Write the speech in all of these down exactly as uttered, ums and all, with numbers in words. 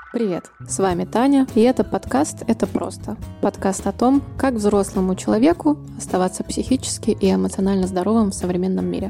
Привет, с вами Таня, и это подкаст «Это просто». Подкаст о том, как взрослому человеку оставаться психически и эмоционально здоровым в современном мире.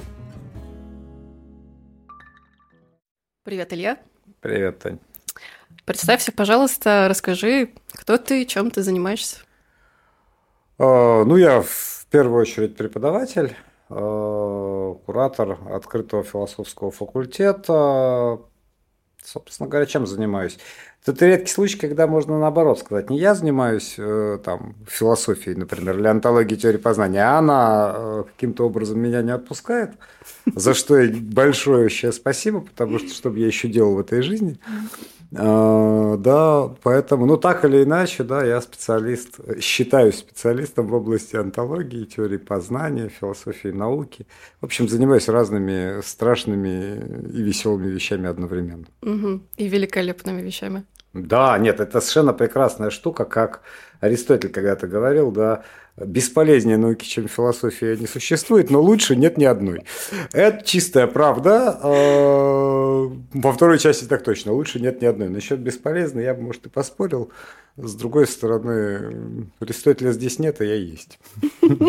Привет, Илья. Привет, Тань. Представься, пожалуйста, расскажи, кто ты, чем ты занимаешься. Uh, ну, я в первую очередь преподаватель, uh, куратор открытого философского факультета. Собственно говоря, чем занимаюсь? Это редкий случай, когда можно наоборот сказать. Не я занимаюсь э, там, философией, например, или онтологией теории познания, а она э, каким-то образом меня не отпускает, за что ей большое вообще спасибо, потому что что бы я еще делал в этой жизни. А, да, поэтому, ну так или иначе, да, я специалист, считаюсь специалистом в области онтологии, теории познания, философии науки. В общем, занимаюсь разными страшными и веселыми вещами одновременно. Угу. И великолепными вещами. Да, нет, это совершенно прекрасная штука, как Аристотель когда-то говорил, да, бесполезнее науки, чем философия, не существует, но лучше нет ни одной. Это чистая правда. Во второй части так точно, лучше нет ни одной. Насчет бесполезной я бы, может, и поспорил. С другой стороны, Аристотеля здесь нет, а я есть. Вот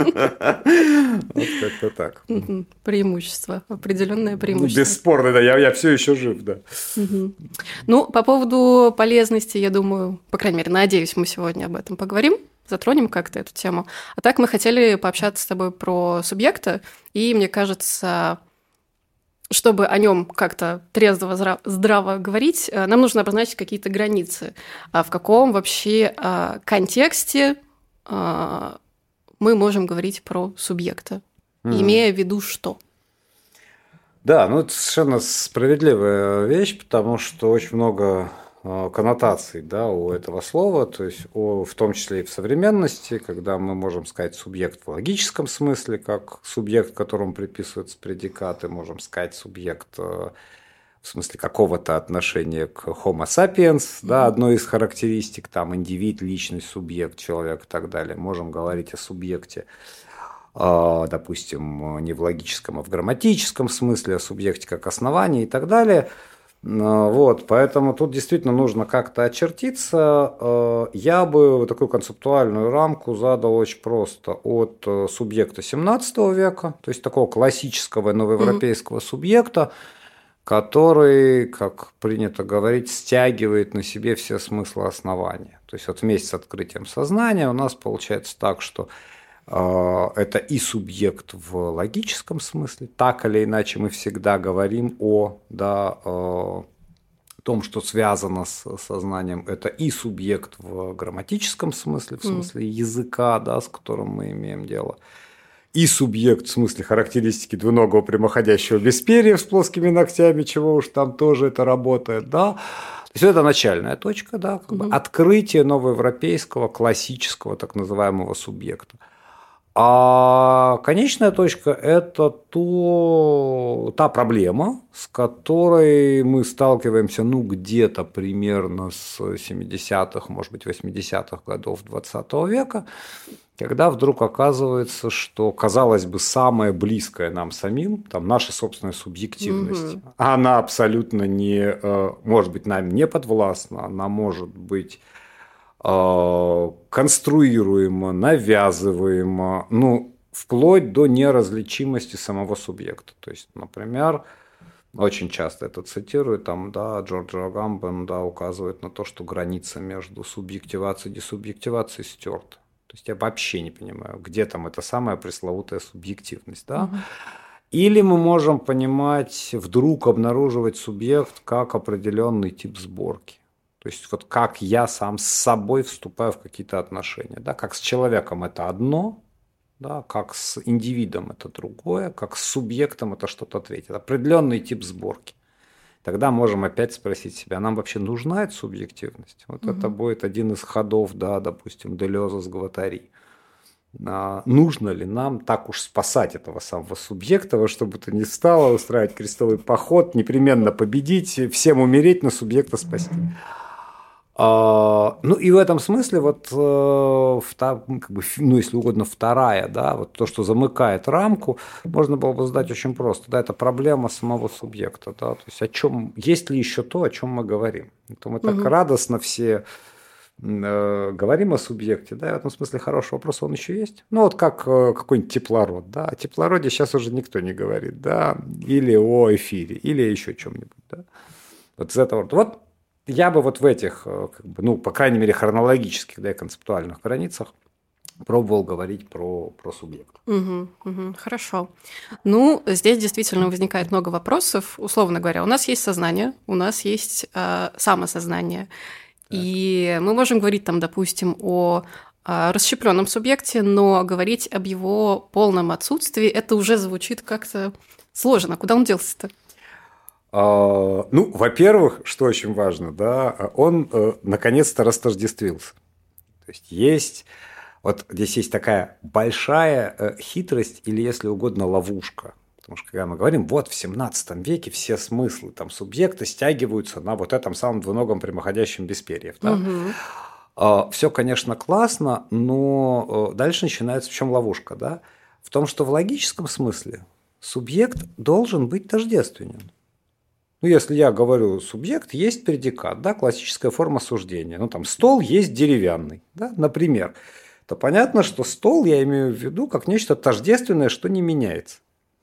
как-то так. Преимущество, определенное преимущество. Бесспорно, да, я все еще жив, да. Ну, по поводу полезности, я думаю, по крайней мере, надеюсь, мы сегодня об этом поговорим. Затронем как-то эту тему. А так мы хотели пообщаться с тобой про субъекта, и мне кажется, чтобы о нем как-то трезво, здраво говорить, нам нужно обозначить какие-то границы. В каком вообще контексте мы можем говорить про субъекта, mm. имея в виду что? Да, ну это совершенно справедливая вещь, потому что очень много коннотаций, да, у этого слова, то есть о, в том числе и в современности, когда мы можем сказать субъект в логическом смысле, как субъект, которому приписываются предикаты, можем сказать субъект в смысле какого-то отношения к Homo sapiens, mm-hmm. да, одной из характеристик, там, индивид, личность, субъект, человек и так далее. Можем говорить о субъекте, допустим, не в логическом, а в грамматическом смысле, о субъекте как основании и так далее. Вот, поэтому тут действительно нужно как-то очертиться. Я бы такую концептуальную рамку задал очень просто от субъекта семнадцатого века, то есть такого классического новоевропейского mm-hmm. субъекта, который, как принято говорить, стягивает на себе все смыслы основания. То есть вот вместе с открытием сознания у нас получается так, что это и субъект в логическом смысле, так или иначе мы всегда говорим о, да, о том, что связано с сознанием, это и субъект в грамматическом смысле, в смысле языка, да, с которым мы имеем дело, и субъект в смысле характеристики двуногого прямоходящего без перьев с плоскими ногтями, чего уж там тоже это работает, да. То есть это начальная точка, да, как бы открытие новоевропейского классического так называемого субъекта. А конечная точка – это то, та проблема, с которой мы сталкиваемся ну, где-то примерно с семидесятых, может быть, восьмидесятых годов двадцатого века, когда вдруг оказывается, что, казалось бы, самое близкое нам самим, там, наша собственная субъективность, угу. она абсолютно не, может быть, нам не подвластна, она может быть конструируемо, навязываемо, ну, вплоть до неразличимости самого субъекта. То есть, например, очень часто это цитируют, там, да, Джордж Агамбен, да, указывает на то, что граница между субъективацией и десубъективацией стерта. То есть я вообще не понимаю, где там эта самая пресловутая субъективность, да? Угу. Или мы можем понимать, вдруг обнаруживать субъект как определенный тип сборки. То есть вот как я сам с собой вступаю в какие-то отношения, да, как с человеком это одно, да, как с индивидом это другое, как с субъектом это что-то третье, определенный тип сборки. Тогда можем опять спросить себя, нам вообще нужна эта субъективность? Вот угу. это будет один из ходов, да, допустим, Делеза с Гваттари. А нужно ли нам так уж спасать этого самого субъекта, во что бы то ни стало, устраивать крестовый поход, непременно победить, всем умереть, но субъекта спасти? А, ну и в этом смысле вот, э, вта- ну, как бы, ф- ну, если угодно, вторая, да, вот то, что замыкает рамку, можно было бы задать очень просто, да, это проблема самого субъекта, да, то есть о чем, есть ли еще то, о чем мы говорим. То мы так Мгм. радостно все э, говорим о субъекте, да, и в этом смысле хороший вопрос, он еще есть. Ну вот как э, какой-нибудь теплород, да, о теплороде сейчас уже никто не говорит, да, или о эфире, или еще чем-нибудь, да. Вот из этого рода. Вот я бы вот в этих, э, как бы, ну, по крайней мере, хронологических, да, и концептуальных границах пробовал говорить про, про субъект. Мгм, мгм. Хорошо. Ну, здесь действительно возникает много вопросов. Условно говоря, у нас есть сознание, у нас есть э, самосознание. Так. И мы можем говорить там, допустим, о расщепленном субъекте, но говорить об его полном отсутствии это уже звучит как-то сложно. Куда он делся-то? А, ну, во-первых, что очень важно, да, он э, наконец-то растождествился. То есть есть, вот здесь есть такая большая э, хитрость или, если угодно, ловушка. Потому что когда мы говорим, вот в семнадцатом веке все смыслы там, субъекта стягиваются на вот этом самом двуногом прямоходящем без перьев. Да? Мгм. Все, конечно, классно, но э, дальше начинается в чем ловушка, да? В том, что в логическом смысле субъект должен быть тождественен. Ну, если я говорю субъект, есть предикат, да, классическая форма суждения. Ну, там, стол есть деревянный, да, например. То понятно, что стол я имею в виду как нечто тождественное, что не меняется.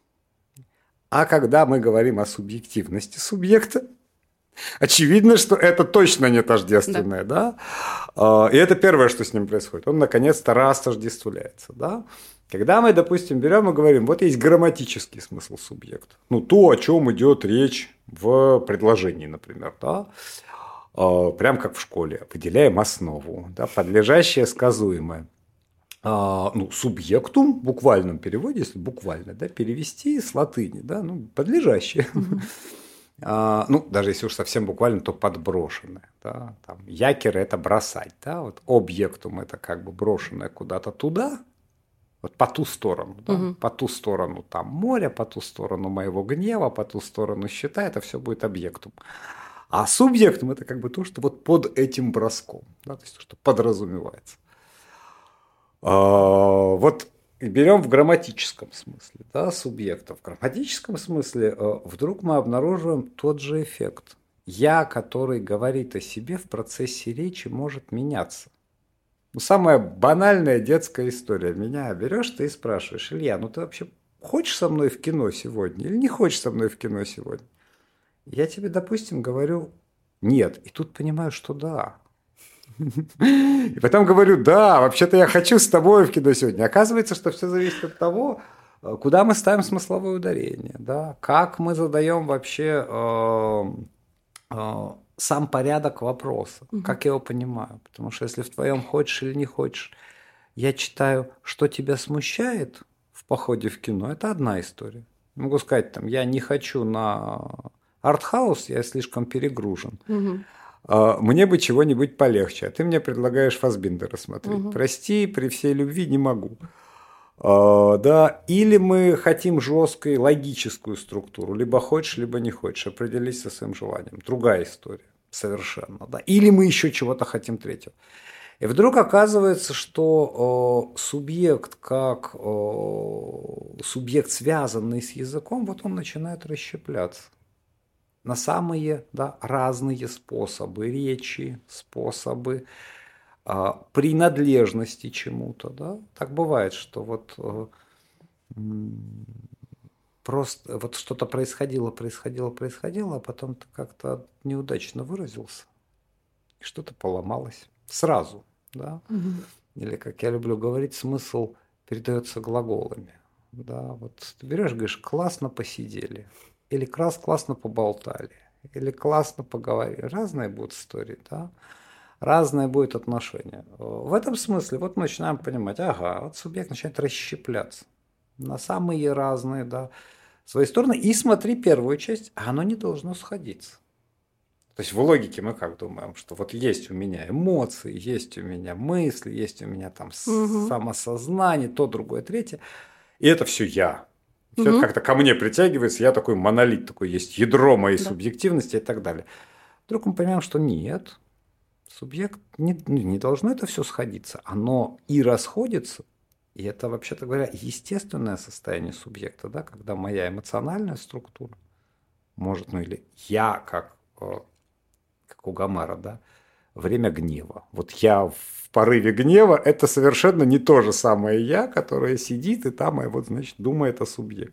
А когда мы говорим о субъективности субъекта, очевидно, что это точно не тождественное, да. да? И это первое, что с ним происходит. Он наконец-то растождествляется, да. Когда мы, допустим, берем и говорим, вот есть грамматический смысл субъекта, ну то, о чем идет речь в предложении, например, да, прям как в школе, выделяем основу, да, подлежащее, сказуемое. Ну, субъектум в буквальном переводе, если буквально, да, перевести с латыни, да, ну, подлежащее. Мгм. А, ну, даже если уж совсем буквально, то подброшенное. Да? Там, якер – это бросать. Да? Вот объектум – это как бы брошенное куда-то туда, вот по ту сторону. Да? Мгм. По ту сторону там моря, по ту сторону моего гнева, по ту сторону щита – это все будет объектум. А субъектум – это как бы то, что вот под этим броском, да? То есть то, что подразумевается. А, вот и берем в грамматическом смысле, да, субъекта. В грамматическом смысле э, вдруг мы обнаруживаем тот же эффект. Я, который говорит о себе в процессе речи, может меняться. Ну, самая банальная детская история. Меня берешь ты и спрашиваешь: Илья, ну ты вообще хочешь со мной в кино сегодня или не хочешь со мной в кино сегодня? Я тебе, допустим, говорю нет. И тут понимаю, что да. И потом говорю, да, вообще-то я хочу с тобой в кино сегодня. Оказывается, что все зависит от того, куда мы ставим смысловое ударение, да, как мы задаем вообще э, э, сам порядок вопроса, Мгм. как я его понимаю. Потому что если в твоем хочешь или не хочешь, я читаю, что тебя смущает в походе в кино, это одна история. Могу сказать, там, я не хочу на артхаус, я слишком перегружен. Мгм. Мне бы чего-нибудь полегче, а ты мне предлагаешь Фассбиндера смотреть. Мгм. Прости, при всей любви не могу. А, да, или мы хотим жесткую логическую структуру, либо хочешь, либо не хочешь, определись со своим желанием. Другая история совершенно, да. Или мы еще чего-то хотим третьего. И вдруг оказывается, что э, субъект, как э, субъект, связанный с языком, вот он начинает расщепляться на самые, да, разные способы речи, способы а, принадлежности чему-то. Да? Так бывает, что вот м, просто вот что-то происходило, происходило, происходило, а потом ты как-то неудачно выразился, и что-то поломалось сразу. Да? Мгм. Или, как я люблю говорить, смысл передается глаголами. Да? Вот ты берешь, говоришь, классно посидели. Или класс, классно поболтали. Или классно поговорили. Разные будут истории, да? Разное будет отношение. В этом смысле вот мы начинаем понимать, ага, вот субъект начинает расщепляться на самые разные, да, свои стороны. И смотри первую часть, а оно не должно сходиться. То есть в логике мы как думаем, что вот есть у меня эмоции, есть у меня мысли, есть у меня там Мгм. самосознание, то, другое, третье. И это все я. Все это Мгм. как-то ко мне притягивается, я такой монолит, такой есть ядро моей Да. субъективности и так далее. Вдруг мы понимаем, что нет. Субъект не, не должно это все сходиться. Оно и расходится, и это, вообще-то говоря, естественное состояние субъекта, да, когда моя эмоциональная структура может, ну или я, как, как у Гомера, да, время гнева. Вот я в порыве гнева, это совершенно не то же самое я, которое сидит и там, и вот, значит, думает о субъекте.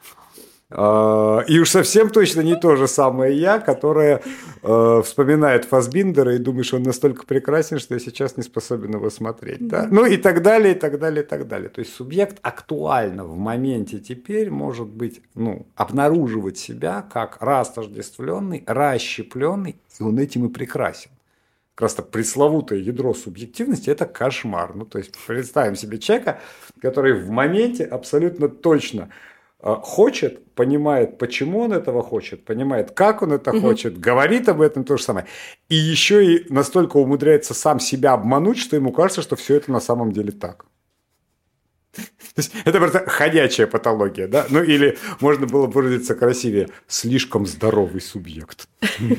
И уж совсем точно не то же самое я, которое э, вспоминает Фассбиндера и думает, что он настолько прекрасен, что я сейчас не способен его смотреть. Да? Ну и так далее, и так далее, и так далее. То есть субъект актуально в моменте теперь может быть, ну, обнаруживать себя как растождествленный, расщепленный, и он этим и прекрасен. Как раз так пресловутое ядро субъективности – это кошмар. Ну, то есть представим себе человека, который в моменте абсолютно точно хочет, понимает, почему он этого хочет, понимает, как он это угу. хочет, говорит об этом то же самое. И еще и настолько умудряется сам себя обмануть, что ему кажется, что все это на самом деле так. То есть это просто ходячая патология, да? Ну или можно было бы выразиться красивее: слишком здоровый субъект.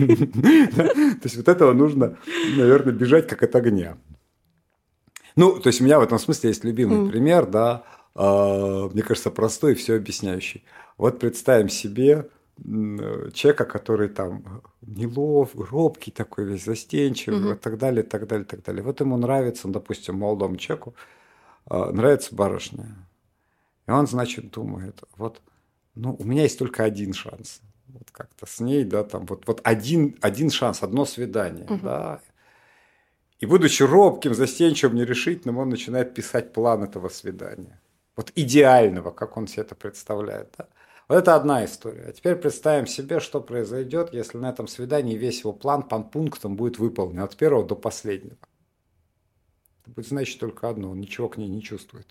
То есть вот этого нужно, наверное, бежать как от огня. Ну, то есть у меня в этом смысле есть любимый пример, да. Мне кажется, простой и все объясняющий. Вот представим себе человека, который там неловкий, робкий такой, весь застенчивый, угу. и так далее, так далее, так далее. Вот ему нравится, ну, допустим, молодому человеку нравится барышня. И он, значит, думает, вот, ну, у меня есть только один шанс. Вот как-то с ней, да, там, вот, вот один, один шанс, одно свидание, угу. да. И будучи робким, застенчивым, нерешительным, он начинает писать план этого свидания. Вот идеального, как он себе это представляет. Да? Вот это одна история. А теперь представим себе, что произойдет, если на этом свидании весь его план по пунктам будет выполнен от первого до последнего. Это будет значить только одно: он ничего к ней не чувствует.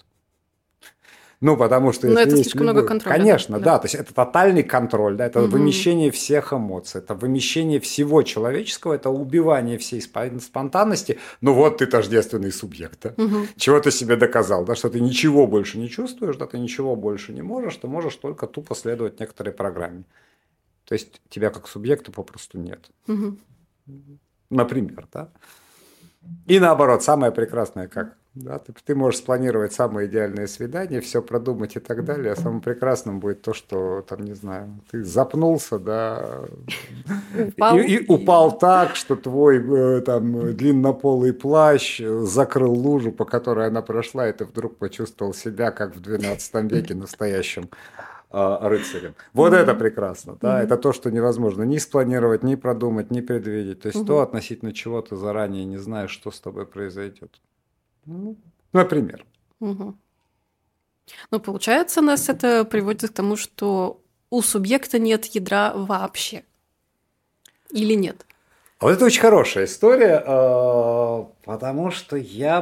Ну, потому что... Но если это есть слишком любовь, много контроля. Конечно, да. да. То есть это тотальный контроль, да, это угу. вымещение всех эмоций, это вымещение всего человеческого, это убивание всей спонтанности. Ну вот ты тождественный субъект, да? угу. Чего ты себе доказал, да, что ты ничего больше не чувствуешь, да, ты ничего больше не можешь, ты можешь только тупо следовать некоторой программе. То есть тебя как субъекта попросту нет. Угу. Например, да. И наоборот, самое прекрасное как? Да, ты, ты можешь спланировать самое идеальное свидание, все продумать и так далее, а самым прекрасным будет то, что, там, не знаю, ты запнулся, да, упал. И, и упал так, что твой там длиннополый плащ закрыл лужу, по которой она прошла, и ты вдруг почувствовал себя, как в двенадцатом веке, настоящим э, рыцарем. Вот mm-hmm. это прекрасно, да, mm-hmm. это то, что невозможно ни спланировать, ни продумать, ни предвидеть, то есть mm-hmm. то, относительно чего ты заранее не знаешь, что с тобой произойдет. Ну, например. Угу. Ну, получается, нас это приводит к тому, что у субъекта нет ядра вообще. Или нет? Вот это очень хорошая история, потому что я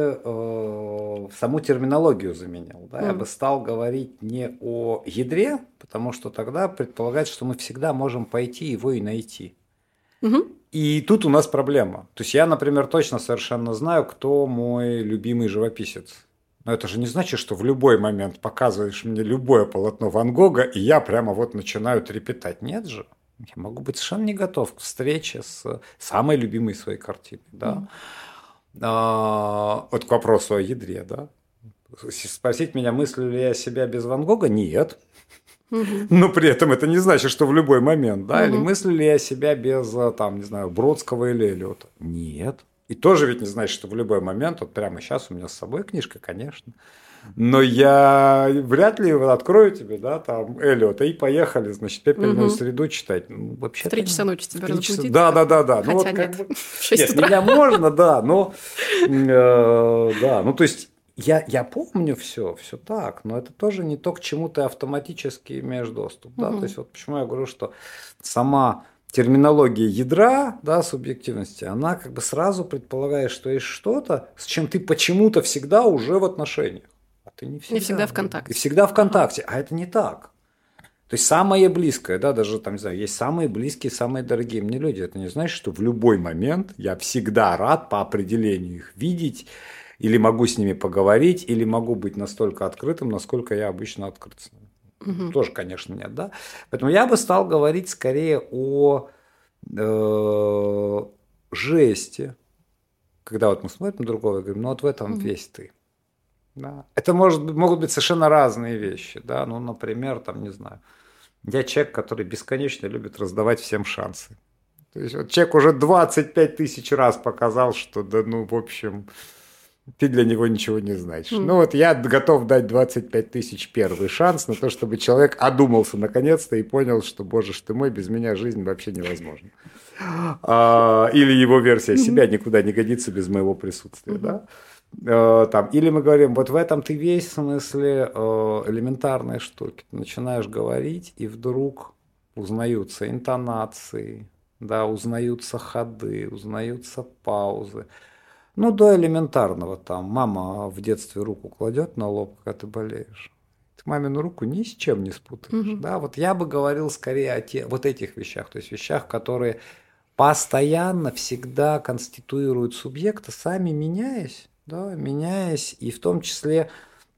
бы саму терминологию заменил. Да? Mm. Я бы стал говорить не о ядре, потому что тогда предполагается, что мы всегда можем пойти его и найти. Угу. И тут у нас проблема. То есть я, например, точно совершенно знаю, кто мой любимый живописец. Но это же не значит, что в любой момент показываешь мне любое полотно Ван Гога, и я прямо вот начинаю трепетать. Нет же. Я могу быть совершенно не готов к встрече с самой любимой своей картиной. Да? Mm. А, вот к вопросу о ядре. Да? Спросить меня, мыслю ли я себя без Ван Гога? Нет. Uh-huh. Но при этом это не значит, что в любой момент, да, uh-huh. или мыслю ли я себя без, там, не знаю, Бродского или Эллиота? Нет. И тоже ведь не значит, что в любой момент, вот прямо сейчас у меня с собой книжка, конечно, но я вряд ли открою тебе, да, там, Эллиота, и поехали, значит, «Пепельную uh-huh. среду» читать. Ну, вообще-то... В три часа ночи тебя разбудить? Да, да, да, да. Хотя ну, вот, нет, как бы... в шесть нет, утра. Меня можно, да, но, э, да, ну, то есть, Я, я помню все, все так, но это тоже не то, к чему ты автоматически имеешь доступ. Да? Угу. То есть вот почему я говорю, что сама терминология ядра, да, субъективности, она как бы сразу предполагает, что есть что-то, с чем ты почему-то всегда уже в отношениях. А ты не всегда. Не всегда в контакте. И всегда в контакте, ага. А это не так. То есть самое близкое, да, даже там, не знаю, есть самые близкие, самые дорогие мне люди. Это не значит, что в любой момент я всегда рад по определению их видеть, или могу с ними поговорить, или могу быть настолько открытым, насколько я обычно открыт с ними. Угу. Тоже, конечно, нет, да. Поэтому я бы стал говорить скорее о э, жесте, когда вот мы смотрим на другого и говорим, ну вот в этом mm-hmm. весь ты. Да. Это может, могут быть совершенно разные вещи. Да? Ну, например, там, не знаю, я человек, который бесконечно любит раздавать всем шансы. То есть вот человек уже двадцать пять тысяч раз показал, что, да, ну, в общем, ты для него ничего не значишь. Mm. Ну вот я готов дать двадцать пять тысяч первый шанс на то, чтобы человек одумался наконец-то и понял, что, боже ж ты мой, без меня жизнь вообще невозможна. А, или его версия себя никуда не годится без моего присутствия. Mm-hmm. Да? А, там, или мы говорим, вот в этом ты весь, в смысле элементарной штуки. Ты начинаешь говорить, и вдруг узнаются интонации, да, узнаются ходы, узнаются паузы. Ну, до элементарного там. Мама в детстве руку кладет на лоб, когда ты болеешь. Ты мамину руку ни с чем не спутаешь. Mm-hmm. Да? Вот я бы говорил скорее о те, вот этих вещах. То есть вещах, которые постоянно, всегда конституируют субъекта, сами меняясь. Да? Меняясь и в том числе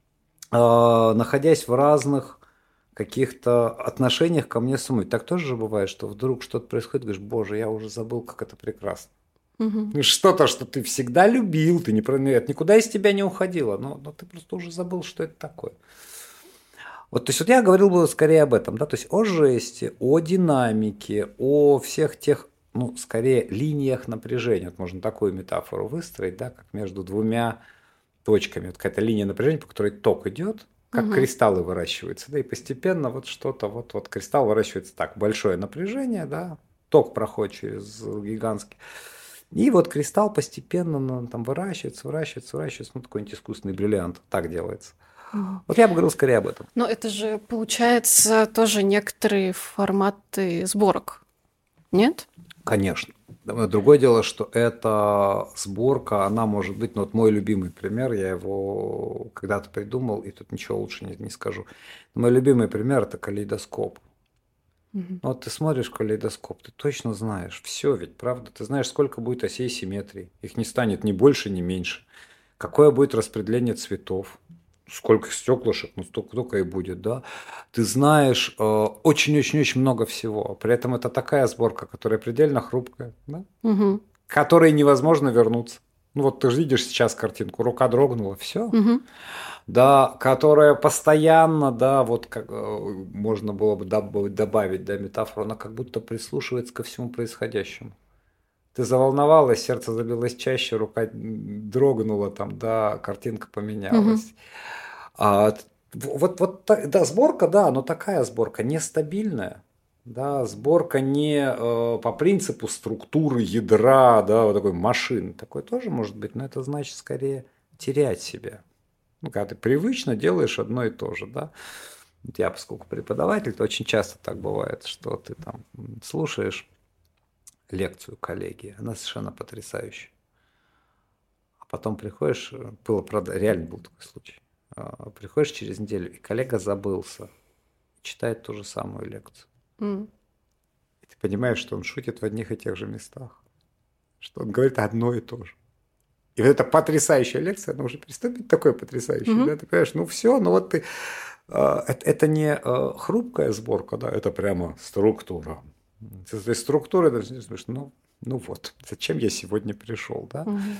э, находясь в разных каких-то отношениях ко мне самой. Так тоже же бывает, что вдруг что-то происходит, говоришь, боже, я уже забыл, как это прекрасно. Угу. Что-то, что ты всегда любил, ты не, это никуда из тебя не уходило, но, но ты просто уже забыл, что это такое. Вот, то есть вот я говорил бы скорее об этом, да, то есть о жесте, о динамике, о всех тех, ну, скорее линиях напряжения. Вот можно такую метафору выстроить, да, как между двумя точками. Вот какая-то линия напряжения, по которой ток идет, как угу. кристаллы выращиваются, да, и постепенно вот что-то, вот, вот кристалл выращивается так, большое напряжение, да, ток проходит через гигантский. И вот кристалл постепенно ну, там выращивается, выращивается, выращивается, ну, такой-нибудь искусственный бриллиант. Так делается. Mm. Вот я бы говорил скорее об этом. Но это же, получается, тоже некоторые форматы сборок, нет? Конечно. Другое дело, что эта сборка, она может быть, ну, вот мой любимый пример, я его когда-то придумал, и тут ничего лучше не, не скажу. Мой любимый пример – это калейдоскоп. Mm-hmm. Вот ты смотришь калейдоскоп, ты точно знаешь, все ведь, правда, ты знаешь, сколько будет осей симметрии, их не станет ни больше, ни меньше, какое будет распределение цветов, сколько стеклышек, ну столько, столько и будет, да, ты знаешь э, очень-очень-очень много всего, при этом это такая сборка, которая предельно хрупкая, да? Mm-hmm. Которой невозможно вернуться. Ну вот ты же видишь сейчас картинку, рука дрогнула, все. Mm-hmm. Да, которая постоянно, да, вот как можно было бы добавить, да, метафору, она как будто прислушивается ко всему происходящему. Ты заволновалась, сердце забилось чаще, рука дрогнула, там, да, картинка поменялась. Угу. А, вот, вот, да, сборка, да, но такая сборка нестабильная. Да, сборка не э, по принципу структуры ядра, да, вот такой машины. Такое тоже может быть, но это значит скорее терять себя. Ну, когда ты привычно делаешь одно и то же, да. Вот я, поскольку преподаватель, то очень часто так бывает, что ты там слушаешь лекцию коллеги, она совершенно потрясающая. А потом приходишь, было, правда, реально был такой случай, приходишь через неделю, и коллега забылся, читает ту же самую лекцию. Mm. И ты понимаешь, что он шутит в одних и тех же местах, что он говорит одно и то же. И вот эта потрясающая лекция, она уже перестает быть такой потрясающей. Mm-hmm. Да? Ты понимаешь, ну все, ну вот ты... Э, это, это не э, хрупкая сборка, да, это прямо структура. То есть структура, ты думаешь, ну, ну вот, зачем я сегодня пришел, да? Mm-hmm.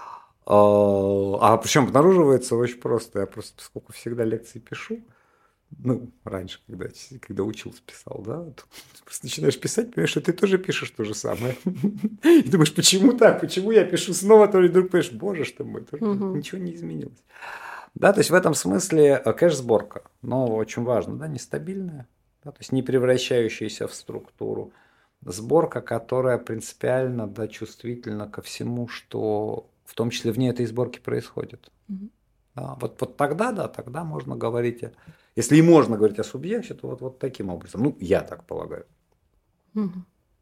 А, а причем обнаруживается очень просто. Я просто, поскольку всегда лекции пишу, ну, раньше, когда, когда учился, писал, да, ты просто начинаешь писать, понимаешь, что ты тоже пишешь то же самое. И думаешь, почему так, почему я пишу снова, то и вдруг понимаешь, боже ж ты мой, угу. Ничего не изменилось. Да, то есть в этом смысле кэш-сборка, но очень важно, да, нестабильная, да, то есть не превращающаяся в структуру. Сборка, которая принципиально, да, чувствительна ко всему, что в том числе вне этой сборки происходит. Угу. Да, вот, вот тогда, да, тогда можно говорить, о, если и можно говорить о субъекте, то вот, вот таким образом. Ну, я так полагаю. Угу.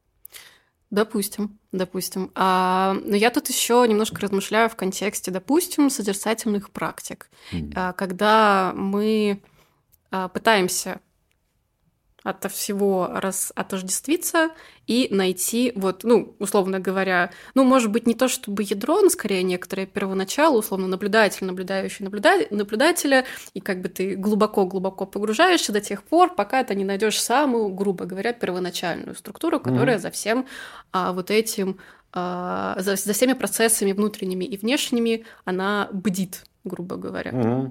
Допустим, допустим. А, но я тут еще немножко размышляю в контексте, допустим, созерцательных практик, mm. а, когда мы а, пытаемся от всего раз отождествиться и найти, вот, ну, условно говоря, ну, может быть, не то чтобы ядро, но скорее некоторое первоначало, условно, наблюдатель, наблюдающий наблюда... наблюдателя, и как бы ты глубоко-глубоко погружаешься до тех пор, пока ты не найдешь самую, грубо говоря, первоначальную структуру, которая mm-hmm. за всем а, вот этим, а, за, за всеми процессами внутренними и внешними она бдит, грубо говоря. Mm-hmm.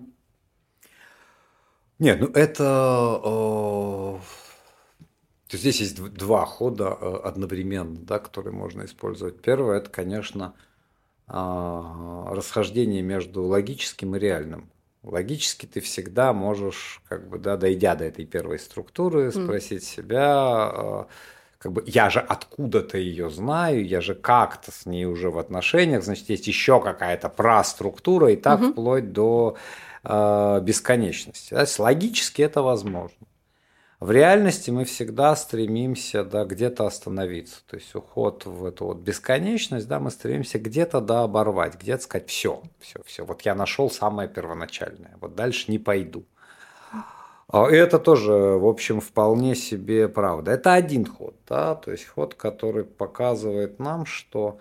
Нет, ну это... Э, то есть здесь есть два хода одновременно, да, которые можно использовать. Первое – это, конечно, э, расхождение между логическим и реальным. Логически ты всегда можешь, как бы, да, дойдя до этой первой структуры, спросить mm. себя, э, как бы, я же откуда-то ее знаю, я же как-то с ней уже в отношениях, значит, есть еще какая-то праструктура, и так mm-hmm. вплоть до... бесконечности. Да? Логически это возможно. В реальности мы всегда стремимся, да, где-то остановиться. То есть уход в эту вот бесконечность, да, мы стремимся где-то, да, оборвать, где-то сказать все, все, все. Вот я нашел самое первоначальное, вот дальше не пойду. И это тоже, в общем, вполне себе правда. Это один ход, да, то есть ход, который показывает нам, что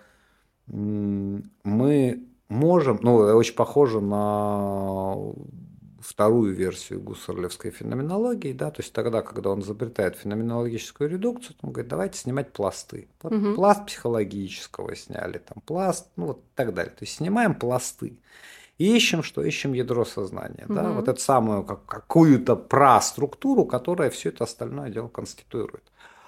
мы можем, ну, очень похоже на вторую версию гуссерлевской феноменологии, да, то есть тогда, когда он изобретает феноменологическую редукцию, он говорит, давайте снимать пласты. Вот угу. Пласт психологического сняли, там пласт, ну вот так далее. То есть снимаем пласты и ищем, что ищем ядро сознания, угу. да, вот эту самую как, какую-то праструктуру, которая все это остальное дело конституирует.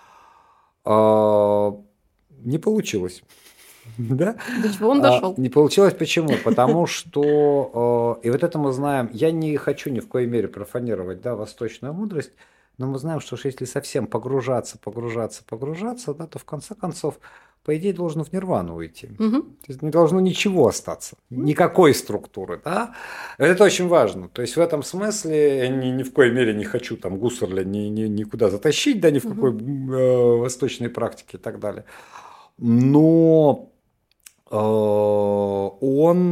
А, не получилось. Да? До чего он дошел? А, не получилось почему? Потому что, э, и вот это мы знаем, я не хочу ни в коей мере профанировать, да, восточную мудрость, но мы знаем, что если совсем погружаться, погружаться, погружаться, да, то в конце концов, по идее, должно в нирвану уйти. Угу. То есть не должно ничего остаться, никакой структуры. Да? Это очень важно. То есть в этом смысле я ни, ни в коей мере не хочу там Гуссерля ни, ни, никуда затащить, да, ни в угу. какой э, восточной практике и так далее. Но э, он,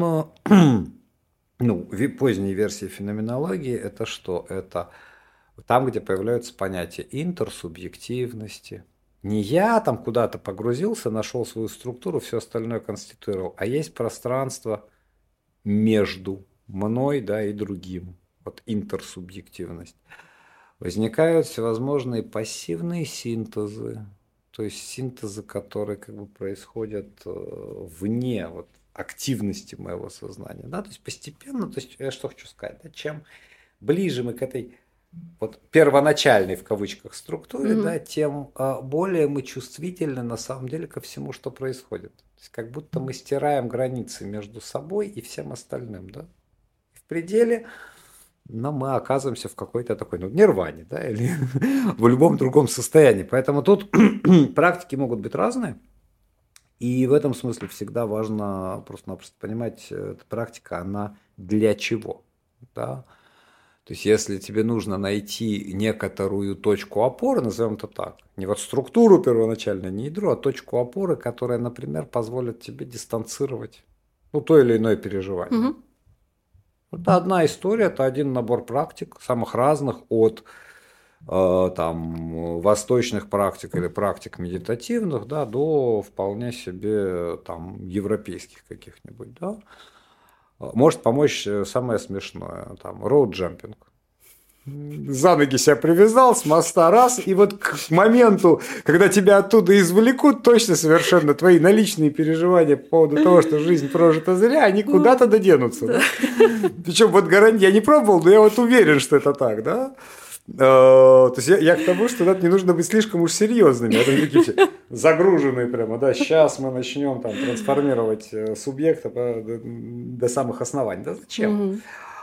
ну, поздние версии феноменологии, это что? Это там, где появляются понятия интерсубъективности. Не я там куда-то погрузился, нашел свою структуру, все остальное конституировал, а есть пространство между мной, да, и другим. Вот интерсубъективность. Возникают всевозможные пассивные синтезы. То есть синтезы, которые как бы происходят вне вот, активности моего сознания. Да? То есть постепенно, то есть я что хочу сказать, да? Чем ближе мы к этой вот, первоначальной в кавычках структуре, mm-hmm. да, тем а, более мы чувствительны на самом деле ко всему, что происходит. То есть как будто мы стираем границы между собой и всем остальным. Да? В пределе... но мы оказываемся в какой-то такой, ну, нирване, да, или в любом другом состоянии. Поэтому тут практики могут быть разные. И в этом смысле всегда важно просто-напросто понимать, эта практика, она для чего. Да? То есть, если тебе нужно найти некоторую точку опоры, назовем это так, не вот структуру первоначально, не ядро, а точку опоры, которая, например, позволит тебе дистанцировать, ну, то или иное переживание. Угу. Это одна история, это один набор практик, самых разных, от э, там, восточных практик или практик медитативных, да, до вполне себе там, европейских каких-нибудь. Да. Может помочь самое смешное, там, роуд-джампинг. За ноги себя привязал, с моста раз, и вот к моменту, когда тебя оттуда извлекут, точно совершенно твои наличные переживания по поводу того, что жизнь прожита зря, они куда-то доденутся. Да? Причем вот гарантия, я не пробовал, но я вот уверен, что это так, да? То есть я, я к тому, что да, не нужно быть слишком уж серьезными, это такие все загруженные прямо, да, сейчас мы начнем там трансформировать субъекта до, до самых оснований, да, зачем?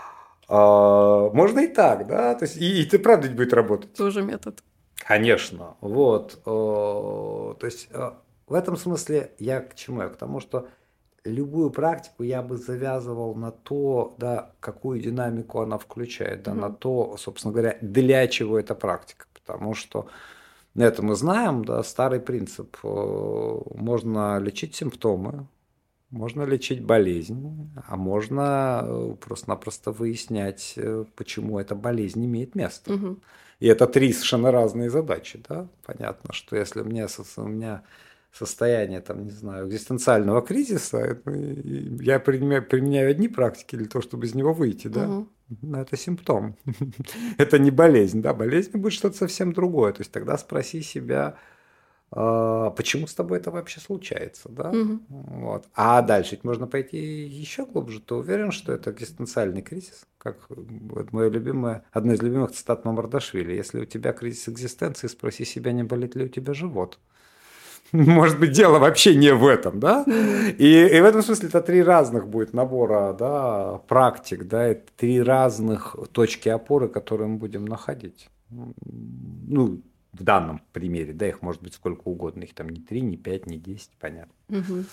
А, можно и так, да, то есть и, и ты правда будет работать. Тоже метод. Конечно, вот, то есть в этом смысле я к чему? Я к тому, что любую практику я бы завязывал на то, да, какую динамику она включает, да, mm-hmm. на то, собственно говоря, для чего эта практика, потому что это мы знаем, да, старый принцип, можно лечить симптомы, можно лечить болезнь, а можно просто-напросто выяснять, почему эта болезнь имеет место. Угу. И это три совершенно разные задачи, да? Понятно, что если у меня, у меня состояние, там, не знаю, экзистенциального кризиса, я применяю, применяю одни практики для того, чтобы из него выйти, да? Угу. Но это симптом. Это не болезнь, да? Болезнь будет что-то совсем другое. То есть тогда спроси себя, почему с тобой это вообще случается, да? Угу. Вот. А дальше можно пойти еще глубже. Ты уверен, что это экзистенциальный кризис? Как вот мое любимое, одно из любимых цитат Мамардашвили. Если у тебя кризис экзистенции, спроси себя, не болит ли у тебя живот. Может быть, дело вообще не в этом, да? Mm-hmm. И, и в этом смысле это три разных будет набора, да, практик, да, это три разных точки опоры, которые мы будем находить. Ну, в данном примере, да, их может быть сколько угодно, их там не три, не пять, не десять, понятно. Mm-hmm.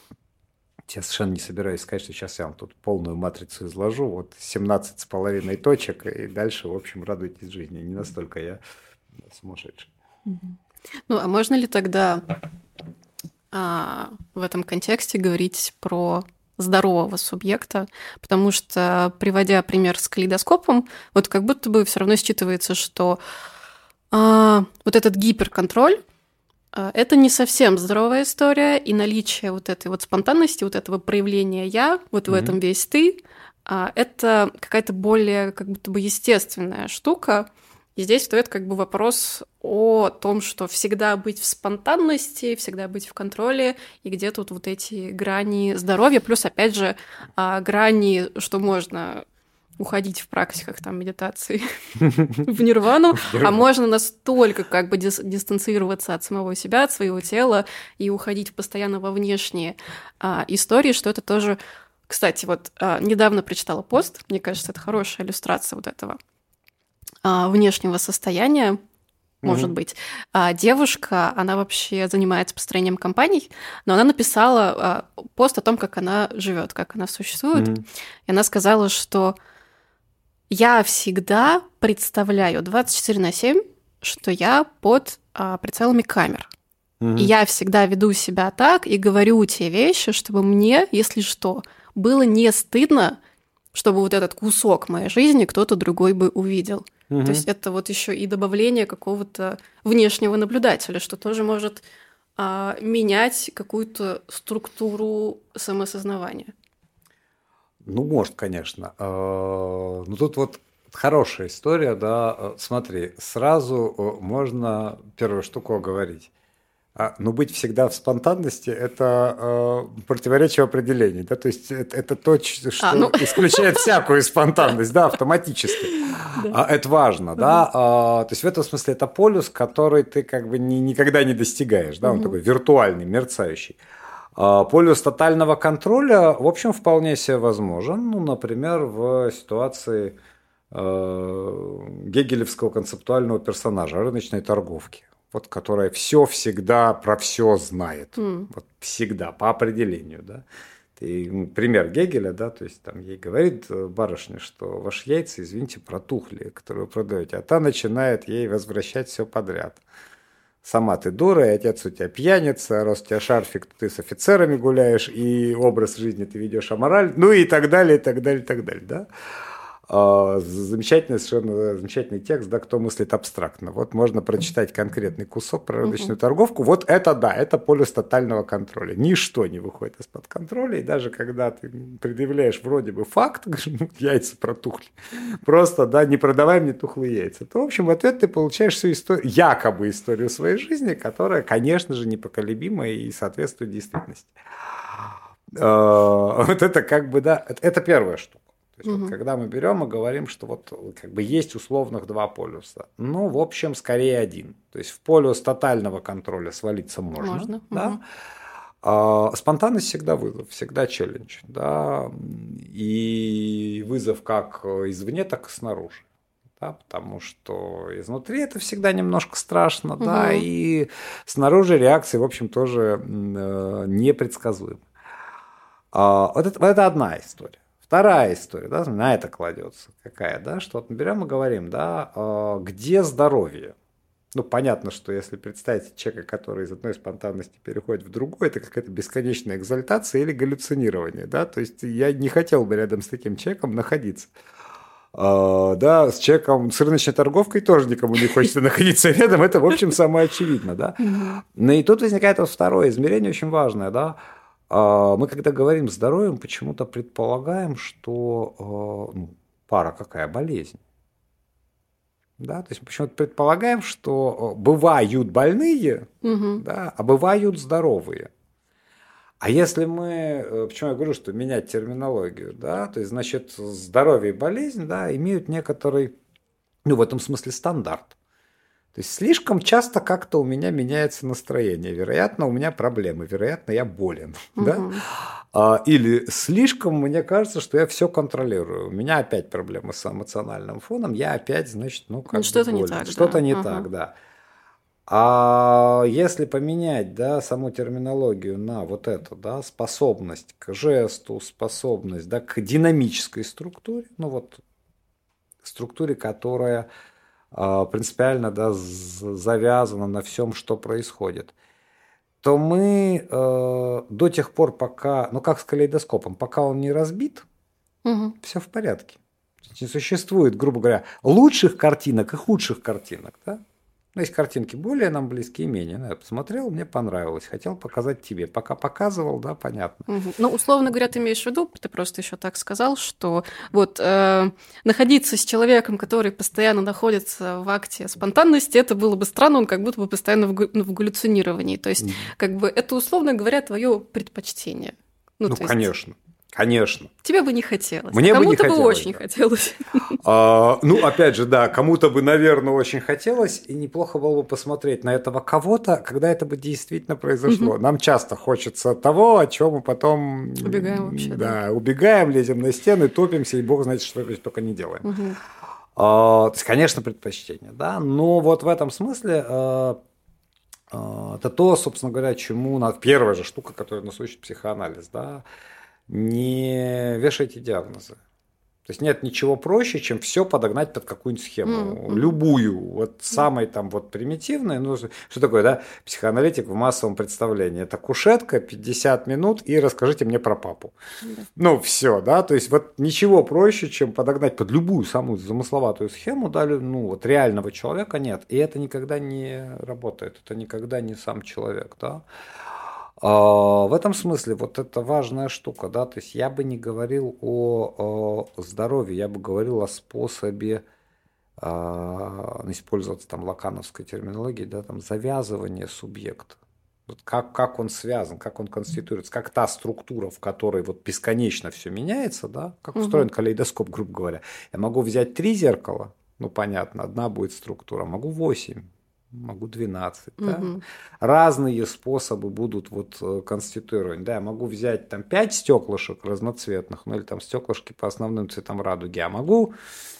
Я совершенно не собираюсь сказать, что сейчас я вам тут полную матрицу изложу, вот семнадцать с половиной точек, и дальше, в общем, радуйтесь жизни. Не настолько я сумасшедший. Mm-hmm. Ну, а можно ли тогда а, в этом контексте говорить про здорового субъекта? Потому что, приводя пример с калейдоскопом, вот как будто бы все равно считывается, что а, вот этот гиперконтроль а, это не совсем здоровая история, и наличие вот этой вот спонтанности, вот этого проявления «я», вот mm-hmm. в этом весь ты, а, это какая-то более как будто бы естественная штука. И здесь встаёт как бы вопрос о том, что всегда быть в спонтанности, всегда быть в контроле, и где тут вот эти грани здоровья, плюс, опять же, грани, что можно уходить в практиках там, медитации в нирвану, а можно настолько как бы дистанцироваться от самого себя, от своего тела и уходить постоянно во внешние истории, что это тоже... Кстати, вот недавно прочитала пост, мне кажется, это хорошая иллюстрация вот этого внешнего состояния, может mm-hmm. быть. А девушка, она вообще занимается построением компаний, но она написала пост о том, как она живет, как она существует. Mm-hmm. И она сказала, что я всегда представляю двадцать четыре на семь, что я под прицелами камер. Mm-hmm. И я всегда веду себя так и говорю те вещи, чтобы мне, если что, было не стыдно, чтобы вот этот кусок моей жизни кто-то другой бы увидел. Угу. То есть это вот еще и добавление какого-то внешнего наблюдателя, что тоже может а, менять какую-то структуру самосознавания. Ну, может, конечно. Но тут вот хорошая история, да. Смотри, сразу можно первую штуку оговорить. Но быть всегда в спонтанности – это э, противоречие определений, да, то есть это, это то, что а, ну... исключает всякую спонтанность, да, автоматически. Да. Это важно, да, а, то есть в этом смысле это полюс, который ты как бы ни, никогда не достигаешь, да, он угу. такой виртуальный, мерцающий. А полюс тотального контроля, в общем, вполне себе возможен, ну, например, в ситуации э, гегелевского концептуального персонажа, рыночной торговки. Вот, которая все всегда про все знает. Mm. Вот всегда, по определению, да. И пример Гегеля, да, то есть там ей говорит барышня, что ваши яйца, извините, протухли, которые вы продаете, а та начинает ей возвращать все подряд. Сама ты дура, и отец у тебя пьяница, раз у тебя шарфик, ты с офицерами гуляешь, и образ жизни ты ведешь амораль, ну и так далее, и так далее, и так далее, да. Замечательный, совершенно замечательный текст, да, кто мыслит абстрактно. Вот можно прочитать конкретный кусок про рыночную uh-huh. торговку. Вот это да, это полюс тотального контроля. Ничто не выходит из-под контроля. И даже когда ты предъявляешь вроде бы факт, яйца протухли, просто, да, не продавай мне тухлые яйца, то, в общем, в ответ ты получаешь всю историю, якобы историю своей жизни, которая, конечно же, непоколебима и соответствует действительности. Вот это как бы, да, это первая штука. То есть, угу. вот, когда мы берем и говорим, что вот как бы есть условных два полюса, ну, в общем, скорее один. То есть в полюс тотального контроля свалиться можно. можно. Да? Угу. А, спонтанность всегда вызов, всегда челлендж. Да? И вызов как извне, так и снаружи. Да? Потому что изнутри это всегда немножко страшно, угу. да? И снаружи реакции, в общем, тоже непредсказуемы. А, вот, это, вот это одна история. Вторая история, да, на это кладется какая, да, что вот мы берем и говорим, да, где здоровье? Ну, понятно, что если представить человека, который из одной спонтанности переходит в другую, это какая-то бесконечная экзальтация или галлюцинирование, да, то есть я не хотел бы рядом с таким человеком находиться. А, да, с человеком, с рыночной торговкой тоже никому не хочется находиться рядом, это, в общем, самое очевидно, да. Но и тут возникает вот второе измерение, очень важное, да. А, мы, когда говорим здоровьем, почему-то предполагаем, что ну, пара какая болезнь. Да, то есть мы почему-то предполагаем, что бывают больные, угу. да, а бывают здоровые. А если мы, почему я говорю, что менять терминологию, да, то есть, значит, здоровье и болезнь, да, имеют некоторый, ну, в этом смысле стандарт. То есть слишком часто как-то у меня меняется настроение. Вероятно, у меня проблемы, вероятно, я болен. Угу. Да? А, или слишком мне кажется, что я все контролирую. У меня опять проблемы с эмоциональным фоном, я опять, значит, ну, как ну, что-то не так. Что-то да. не угу. так, да. А если поменять, да, саму терминологию на вот эту, да, способность к жесту, способность, да, к динамической структуре, ну вот структуре, которая принципиально, да, завязано на всем, что происходит, то мы э, до тех пор, пока, ну как с калейдоскопом, пока он не разбит, угу. все в порядке. Не существует, грубо говоря, лучших картинок и худших картинок. Да? Ну, есть картинки более нам близкие, менее. Ну, я посмотрел, мне понравилось, хотел показать тебе. Пока показывал, да, понятно. Угу. Ну, условно говоря, ты имеешь в виду, ты просто еще так сказал, что вот э, находиться с человеком, который постоянно находится в акте спонтанности, это было бы странно, он как будто бы постоянно в, гу- в галлюцинировании. То есть, угу. как бы это, условно говоря, твое предпочтение. Ну, ну то конечно. Есть... Конечно. Тебе бы не хотелось. Мне кому-то бы, не хотелось, бы очень да. хотелось. А, ну, опять же, да, кому-то бы, наверное, очень хотелось, и неплохо было бы посмотреть на этого кого-то, когда это бы действительно произошло. Угу. Нам часто хочется того, о чем мы потом... Убегаем вообще, да. Да, убегаем, лезем на стены, топимся, и бог знает, что только не делаем. Угу. А, то есть, конечно, предпочтение, да, но вот в этом смысле... А, это то, собственно говоря, чему надо... Первая же штука, которая нас учит психоанализ, да, не вешайте диагнозы. То есть нет ничего проще, чем все подогнать под какую-нибудь схему. Mm-hmm. Любую, вот самой там вот примитивной. Ну, что такое, да? Психоаналитик в массовом представлении. Это кушетка, пятьдесят минут, и расскажите мне про папу. Mm-hmm. Ну, все, да. То есть вот ничего проще, чем подогнать под любую самую замысловатую схему, да, ну, вот реального человека нет. И это никогда не работает. Это никогда не сам человек, да. В этом смысле вот это важная штука, да, то есть я бы не говорил о, о здоровье, я бы говорил о способе а, использоваться там лакановской терминологией, да, там завязывания субъекта, вот как, как он связан, как он конституируется, как та структура, в которой вот бесконечно все меняется, да, как устроен угу. калейдоскоп, грубо говоря. Я могу взять три зеркала, ну понятно, одна будет структура, могу восемь. Могу двенадцать. Угу. Да? Разные способы будут вот конституировать. Да, я могу взять там пять стеклышек разноцветных, ну или там стеклышки по основным цветам радуги, а могу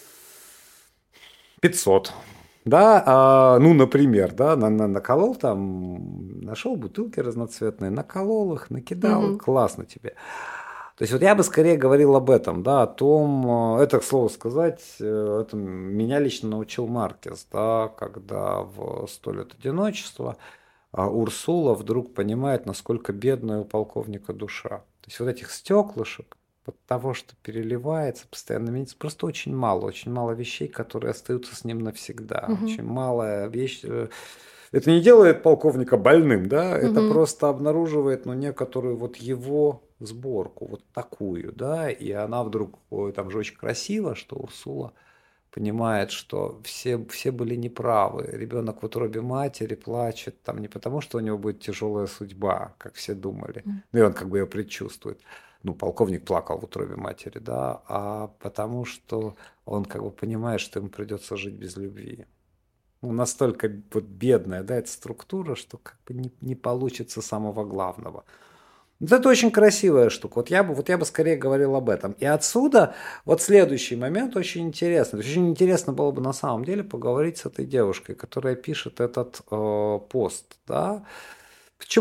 пятьсот. Да, а, ну, например, да, на, на, наколол там, нашел бутылки разноцветные, наколол их, накидал, угу. классно тебе. То есть вот я бы скорее говорил об этом, да, о том, это, к слову сказать, это меня лично научил Маркес, да, когда в «Сто лет одиночества» Урсула вдруг понимает, насколько бедная у полковника душа. То есть вот этих стеклышек, от того, что переливается, постоянно меняется, просто очень мало, очень мало вещей, которые остаются с ним навсегда, угу. очень малая вещь. Это не делает полковника больным, да, угу. это просто обнаруживает, ну, некоторую вот его сборку, вот такую, да, и она вдруг, ой, там же очень красиво, что Урсула понимает, что все, все были неправы, ребенок в утробе матери плачет там не потому, что у него будет тяжелая судьба, как все думали, mm. ну и он как бы ее предчувствует, ну, полковник плакал в утробе матери, да, а потому что он как бы понимает, что ему придется жить без любви. Ну, настолько вот бедная, да, эта структура, что как бы не, не получится самого главного. Вот это очень красивая штука. Вот я бы, вот я бы скорее говорил об этом. И отсюда вот следующий момент очень интересный. Очень интересно было бы на самом деле поговорить с этой девушкой, которая пишет этот э, пост. Да? Почему?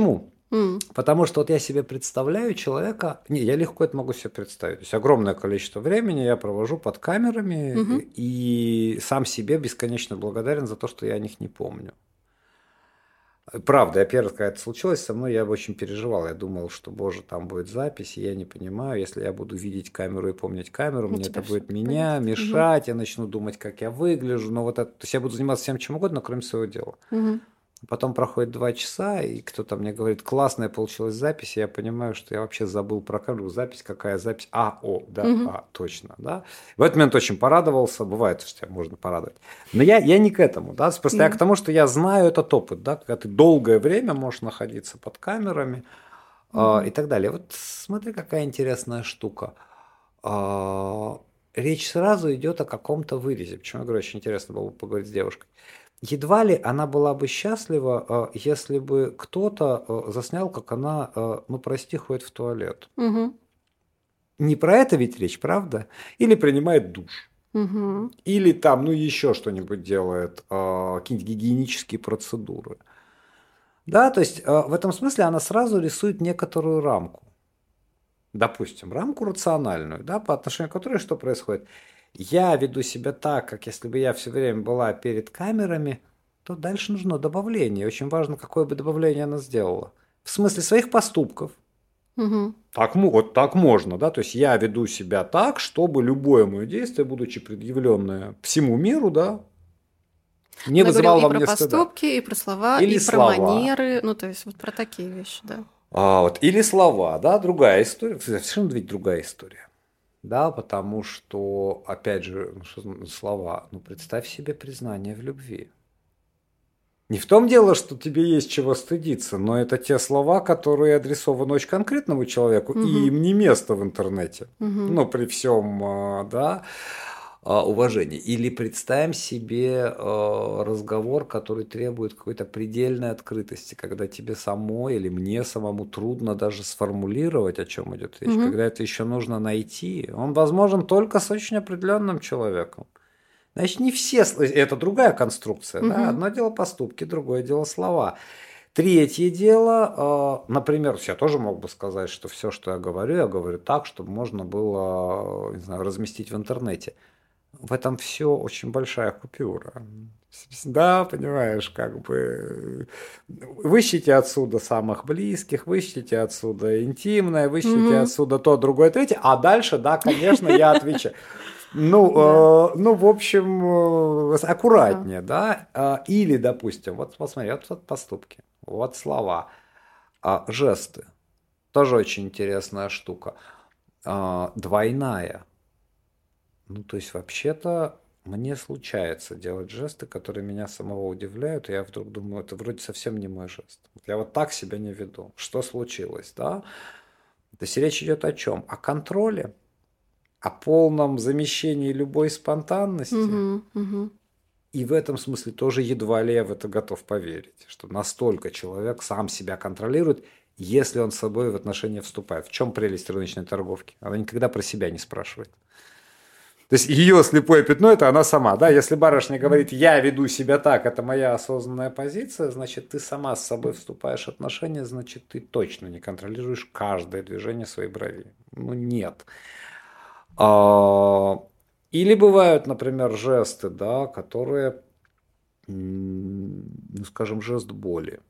Mm. Потому что вот я себе представляю человека, не, я легко это могу себе представить. То есть огромное количество времени я провожу под камерами Mm-hmm. и сам себе бесконечно благодарен за то, что я о них не помню. Правда, я первый, когда это случилось со мной, я очень переживал. Я думал, что, боже, там будет запись, и я не понимаю, если я буду видеть камеру и помнить камеру, У мне тебя это будет что-то меня пойдет. мешать, я начну думать, как я выгляжу. Но вот это, то есть я буду заниматься всем чем угодно, кроме своего дела. Mm-hmm. Потом проходит два часа, и кто-то мне говорит, классная получилась запись, и я понимаю, что я вообще забыл про камеру. Запись, какая запись? А, о, да, Mm-hmm. а, точно, да. В этот момент очень порадовался, бывает, что тебя можно порадовать. Но я, я не к этому, да, просто mm-hmm. я к тому, что я знаю этот опыт, да, когда ты долгое время можешь находиться под камерами mm-hmm. э, и так далее. Вот смотри, какая интересная штука. Э, речь сразу идет о каком-то вырезе. Почему я говорю, очень интересно было бы поговорить с девушкой. Едва ли она была бы счастлива, если бы кто-то заснял, как она, ну прости, ходит в туалет. Угу. Не про это ведь речь, правда? Или принимает душ. Угу. Или там, ну еще что-нибудь делает, какие-нибудь гигиенические процедуры. Да, то есть в этом смысле она сразу рисует некоторую рамку. Допустим, рамку рациональную, да, по отношению к которой что происходит? Я веду себя так, как если бы я все время была перед камерами, то дальше нужно добавление. Очень важно, какое бы добавление она сделала. В смысле своих поступков. Угу. Так, вот так можно, да, то есть я веду себя так, чтобы любое мое действие, будучи предъявленное всему миру, да, не Она вызывало во и мне про стыда. поступки, и про слова, Или и слова. про манеры, ну то есть вот про такие вещи, да. А, вот, или слова, да, другая история, совершенно ведь другая история. Да, потому что, опять же, что слова, ну представь себе признание в любви. Не в том дело, что тебе есть чего стыдиться, но это те слова, которые адресованы очень конкретному человеку, угу. и им не место в интернете. Угу. Ну, при всем, да, уважении. Или представим себе разговор, который требует какой-то предельной открытости, когда тебе самой или мне самому трудно даже сформулировать, о чем идет речь, угу. когда это еще нужно найти. Он возможен только с очень определенным человеком. Значит, не все, это другая конструкция, угу. да? Одно дело поступки, другое дело слова. Третье дело, например, я тоже мог бы сказать, что все, что я говорю, я говорю так, чтобы можно было, не знаю, разместить в интернете. В этом все очень большая купюра. Да, понимаешь, как бы выщите отсюда самых близких, выщите отсюда интимное, выщите mm-hmm. отсюда то, другое, третье, а дальше, да, конечно, я отвечаю. Ну, да. э, ну, в общем, э, аккуратнее, да. да. Или, допустим, вот посмотри, вот, вот поступки, вот слова, а, жесты. Тоже очень интересная штука. А, двойная. Ну, то есть, вообще-то, мне случается делать жесты, которые меня самого удивляют, и я вдруг думаю, это вроде совсем не мой жест. Я вот так себя не веду. Что случилось, да? То есть, речь идет о чем? О контроле, о полном замещении любой спонтанности. Угу, угу. И в этом смысле тоже едва ли я в это готов поверить, что настолько человек сам себя контролирует, если он с собой в отношения вступает. В чем прелесть рыночной торговки? Она никогда про себя не спрашивает. То есть ее слепое пятно – это она сама. Да? Если барышня говорит, я веду себя так, это моя осознанная позиция, значит, ты сама с собой вступаешь в отношения, значит, ты точно не контролируешь каждое движение своей брови. Ну, нет. Или бывают, например, жесты, да, которые, ну, скажем, жест боли.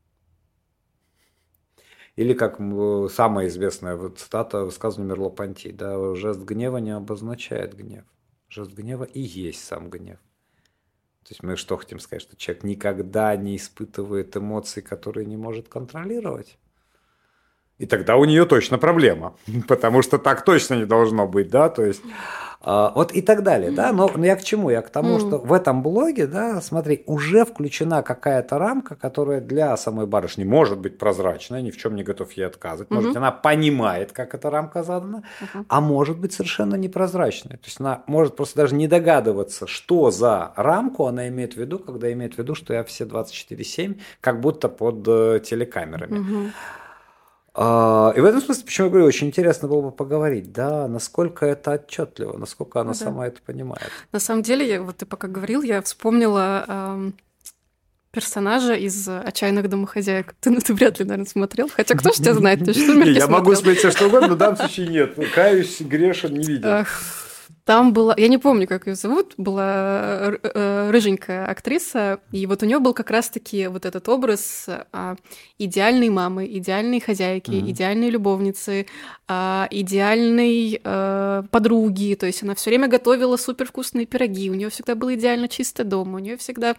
Или как самая известная цитата высказывания Мерло-Понти, да, жест гнева не обозначает гнев. Жест гнева и есть сам гнев. То есть мы что хотим сказать, что человек никогда не испытывает эмоций, которые не может контролировать? И тогда у нее точно проблема, потому что так точно не должно быть, да, то есть а, вот и так далее, да, но, но я к чему? Я к тому, что в этом блоге, да, смотри, уже включена какая-то рамка, которая для самой барышни может быть прозрачная, ни в чем не готов ей отказывать, может быть, она понимает, как эта рамка задана, а может быть совершенно непрозрачная, то есть она может просто даже не догадываться, что за рамку она имеет в виду, когда имеет в виду, что я все двадцать четыре семь как будто под э, телекамерами. И в этом смысле, почему я говорю, очень интересно было бы поговорить, да, насколько это отчетливо, насколько она ну, сама да. это понимает. На самом деле, я, вот ты пока говорил, я вспомнила, эм, персонажа из «Отчаянных домохозяек». Ты, ну, ты вряд ли, наверное, смотрел. Хотя кто ж тебя знает, ты что не, я могу смотреть все что угодно, но в данном случае нет. Каюсь, грешен, не видел. Ах, там была, я не помню, как ее зовут, была рыженькая актриса, и вот у нее был как раз-таки вот этот образ а, идеальной мамы, идеальной хозяйки, mm-hmm. идеальной любовницы, а, идеальной а, подруги. То есть она все время готовила супервкусные пироги, у нее всегда был идеально чистый дом, у нее всегда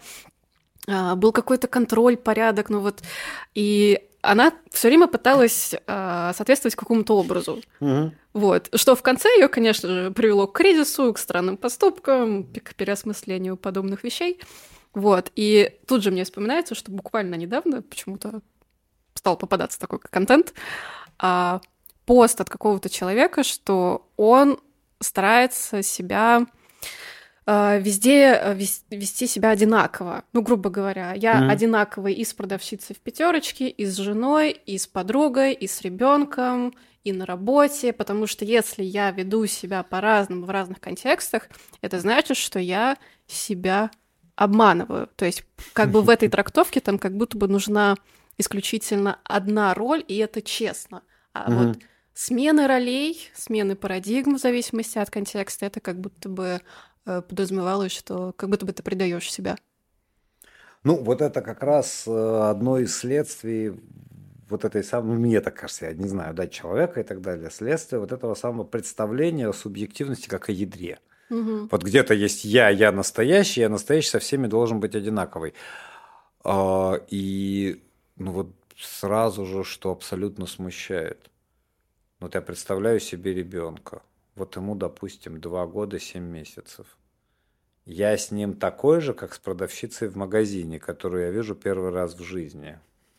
а, был какой-то контроль, порядок, ну вот и она все время пыталась а, соответствовать какому-то образу. Mm-hmm. Вот. Что в конце ее, конечно же, привело к кризису, к странным поступкам, к переосмыслению подобных вещей. Вот. И тут же мне вспоминается, что буквально недавно почему-то стал попадаться такой контент, а, пост от какого-то человека, что он старается себя а, везде вести себя одинаково. Ну, грубо говоря, я mm-hmm. одинаковый и с продавщицей в пятерочке, и с женой, и с подругой, и с ребенком, и на работе, потому что если я веду себя по-разному в разных контекстах, это значит, что я себя обманываю. То есть как бы в этой трактовке там как будто бы нужна исключительно одна роль, и это честно. А mm-hmm. вот смены ролей, смены парадигм в зависимости от контекста, это как будто бы э, подразумевалось, что как будто бы ты предаешь себя. Ну, вот это как раз одно из следствий вот этой самой, мне так кажется, я не знаю, да, человека и так далее, следствие вот этого самого представления о субъективности как о ядре. Угу. Вот где-то есть я, я настоящий, я настоящий со всеми должен быть одинаковый. А, и ну вот сразу же, что абсолютно смущает. Вот я представляю себе ребенка. Вот ему, допустим, два года, семь месяцев. Я с ним такой же, как с продавщицей в магазине, которую я вижу первый раз в жизни.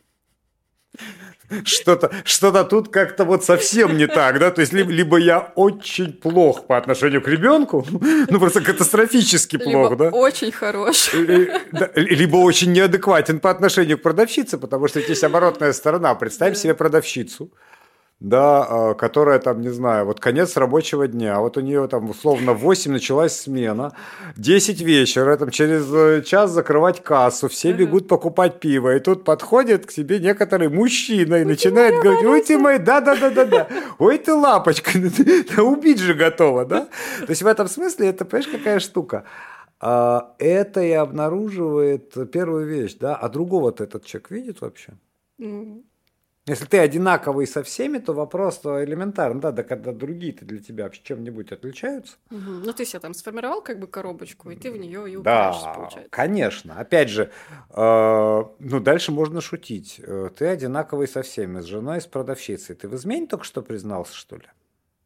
Что-то, что-то тут как-то вот совсем не так, да, то есть либо, либо я очень плох по отношению к ребенку, ну просто катастрофически плох, либо да, очень хорош, либо очень неадекватен по отношению к продавщице, потому что есть оборотная сторона. Представь себе продавщицу, да, которая там, не знаю, вот конец рабочего дня, вот у нее там условно в восемь началась смена, десять вечера, там через час закрывать кассу, все uh-huh. бегут покупать пиво, и тут подходит к тебе некоторый мужчина и ой, начинает говорить, ой, ты мой, да-да-да-да-да, ой, ты лапочка, убить же готова, да? То есть в этом смысле это, понимаешь, какая штука? Это и обнаруживает первую вещь, да, а другого-то этот человек видит вообще? Mm. Если ты одинаковый со всеми, то вопрос элементарный, да, да, когда другие-то для тебя вообще чем-нибудь отличаются. Угу. Ну, ты себе там сформировал как бы коробочку, и ты в нее и упираешься, да, получается. Конечно. Опять же, э, ну, дальше можно шутить. Ты одинаковый со всеми, с женой, с продавщицей. Ты в измене только что признался, что ли?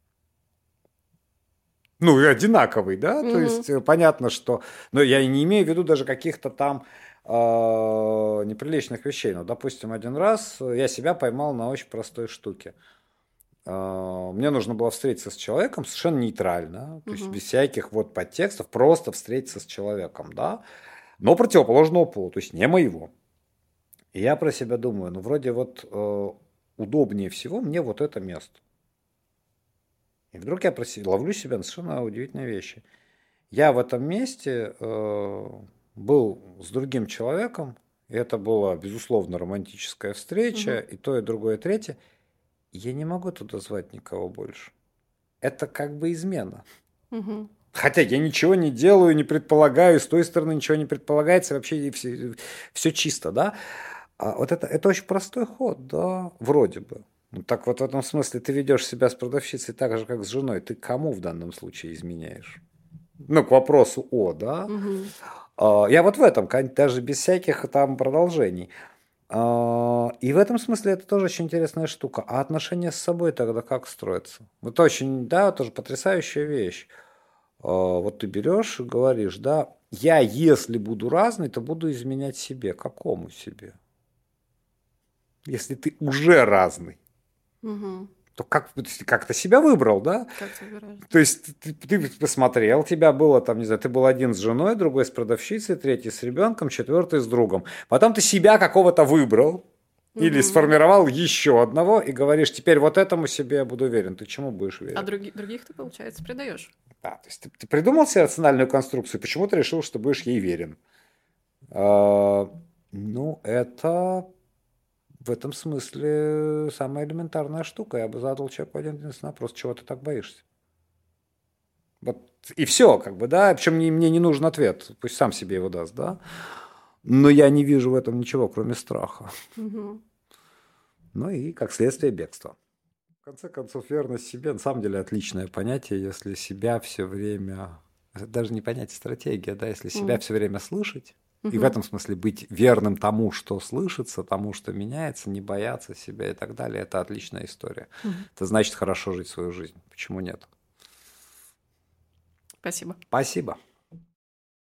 Ну, и одинаковый, да? Угу. То есть, понятно, что... Но я не имею в виду даже каких-то там неприличных вещей. Ну, допустим, один раз я себя поймал на очень простой штуке. Мне нужно было встретиться с человеком совершенно нейтрально, то есть угу. без всяких вот подтекстов, просто встретиться с человеком, да, но противоположного пола, то есть не моего. И я про себя думаю, ну, вроде вот э, удобнее всего мне вот это место. И вдруг я проси, ловлю себя на совершенно удивительные вещи. Я в этом месте... Э, был с другим человеком, и это была, безусловно, романтическая встреча, угу. и то, и другое, и третье. Я не могу туда звать никого больше. Это как бы измена. Угу. Хотя я ничего не делаю, не предполагаю, с той стороны ничего не предполагается, вообще все, все чисто, да. А вот это, это очень простой ход, да, вроде бы. Ну, так вот в этом смысле ты ведешь себя с продавщицей так же, как с женой. Ты кому в данном случае изменяешь? Ну, к вопросу о, да. Угу. Я вот в этом, даже без всяких там продолжений. И в этом смысле это тоже очень интересная штука. А отношения с собой тогда как строятся? Вот очень, да, тоже потрясающая вещь. Вот ты берешь и говоришь, да, я если буду разный, то буду изменять себе. Какому себе? Если ты уже разный. Угу. То как, как ты себя выбрал, да? Как ты выбираешь? То есть ты, ты посмотрел, тебя было там, не знаю, ты был один с женой, другой с продавщицей, третий с ребенком, четвертый с другом. Потом ты себя какого-то выбрал угу. или сформировал еще одного и говоришь, теперь вот этому себе я буду уверен. Ты чему будешь уверен? А други, других ты, получается, предаешь. Да, то есть ты, ты придумал себе рациональную конструкцию, почему ты решил, что будешь ей верен? Ну, это в этом смысле самая элементарная штука. Я бы задал человеку один единственный вопрос: чего ты так боишься? Вот и все, как бы, да. Причем мне, мне не нужен ответ, пусть сам себе его даст, да. Но я не вижу в этом ничего, кроме страха. Угу. Ну и, как следствие, бегство. В конце концов, верность себе на самом деле отличное понятие, если себя все время, это даже не понятие стратегия, да, если себя Mm. все время слышать, Угу. и в этом смысле быть верным тому, что слышится, тому, что меняется, не бояться себя и так далее, это отличная история. Угу. Это значит хорошо жить свою жизнь. Почему нет? Спасибо. Спасибо.